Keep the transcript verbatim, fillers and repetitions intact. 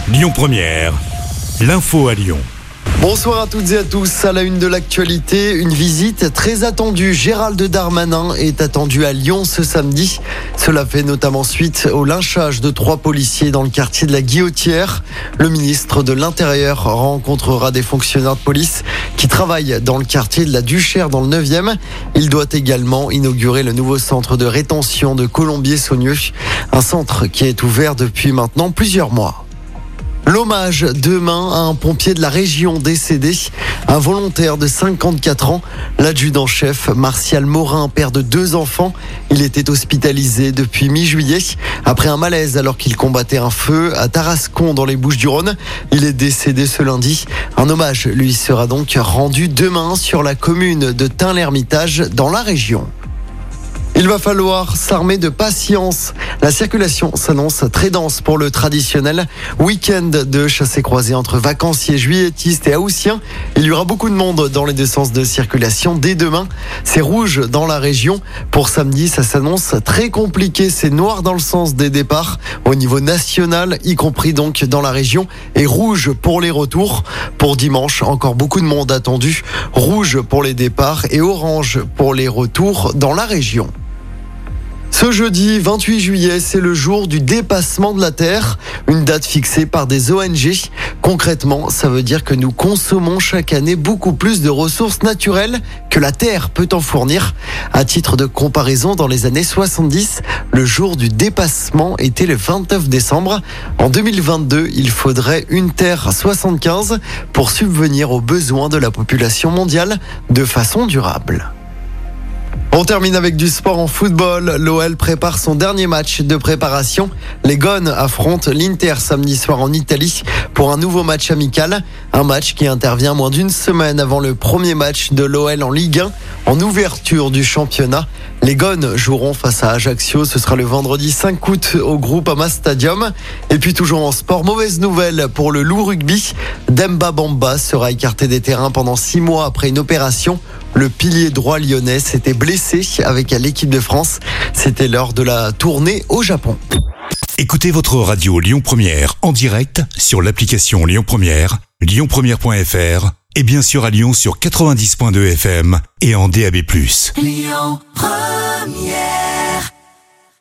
Lyon Première, l'info à Lyon. Bonsoir à toutes et à tous. À la une de l'actualité, une visite très attendue. Gérald Darmanin est attendu à Lyon ce samedi. Cela fait notamment suite au lynchage de trois policiers dans le quartier de la Guillotière. Le ministre de l'Intérieur rencontrera des fonctionnaires de police qui travaillent dans le quartier de la Duchère dans le neuvième. Il doit également inaugurer le nouveau centre de rétention de Colombier-Saunieux, un centre qui est ouvert depuis maintenant plusieurs mois. L'hommage demain à un pompier de la région décédé, un volontaire de cinquante-quatre ans, l'adjudant-chef Martial Morin, père de deux enfants. Il était hospitalisé depuis mi-juillet après un malaise alors qu'il combattait un feu à Tarascon dans les Bouches-du-Rhône. Il est décédé ce lundi. Un hommage lui sera donc rendu demain sur la commune de Tain-l'Hermitage dans la région. Il va falloir s'armer de patience. La circulation s'annonce très dense pour le traditionnel week-end de chassé-croisé entre vacanciers, juilletistes et haussiens. Il y aura beaucoup de monde dans les deux sens de circulation dès demain. C'est rouge dans la région. Pour samedi, ça s'annonce très compliqué. C'est noir dans le sens des départs au niveau national, y compris donc dans la région, et rouge pour les retours. Pour dimanche, encore beaucoup de monde attendu. Rouge pour les départs et orange pour les retours dans la région. Ce jeudi vingt-huit juillet, c'est le jour du dépassement de la Terre, une date fixée par des O N G. Concrètement, ça veut dire que nous consommons chaque année beaucoup plus de ressources naturelles que la Terre peut en fournir. À titre de comparaison, dans les années soixante-dix, le jour du dépassement était le vingt-neuf décembre. En deux mille vingt-deux, il faudrait une Terre soixante-quinze pour subvenir aux besoins de la population mondiale de façon durable. On termine avec du sport en football. L'O L prépare son dernier match de préparation. Les Gones affrontent l'Inter samedi soir en Italie pour un nouveau match amical. Un match qui intervient moins d'une semaine avant le premier match de l'O L en Ligue un, en ouverture du championnat. Les Gones joueront face à Ajaccio. Ce sera le vendredi cinq août au Groupama Stadium. Et puis toujours en sport, mauvaise nouvelle pour le Loup Rugby. Demba Bamba sera écarté des terrains pendant six mois après une opération. Le pilier droit lyonnais s'était blessé avec l'équipe de France. C'était lors de la tournée au Japon. Écoutez votre radio Lyon Première en direct sur l'application Lyon Première, lyon première point f r et bien sûr à Lyon sur quatre-vingt-dix point deux F M et en D A B plus. Lyon Première.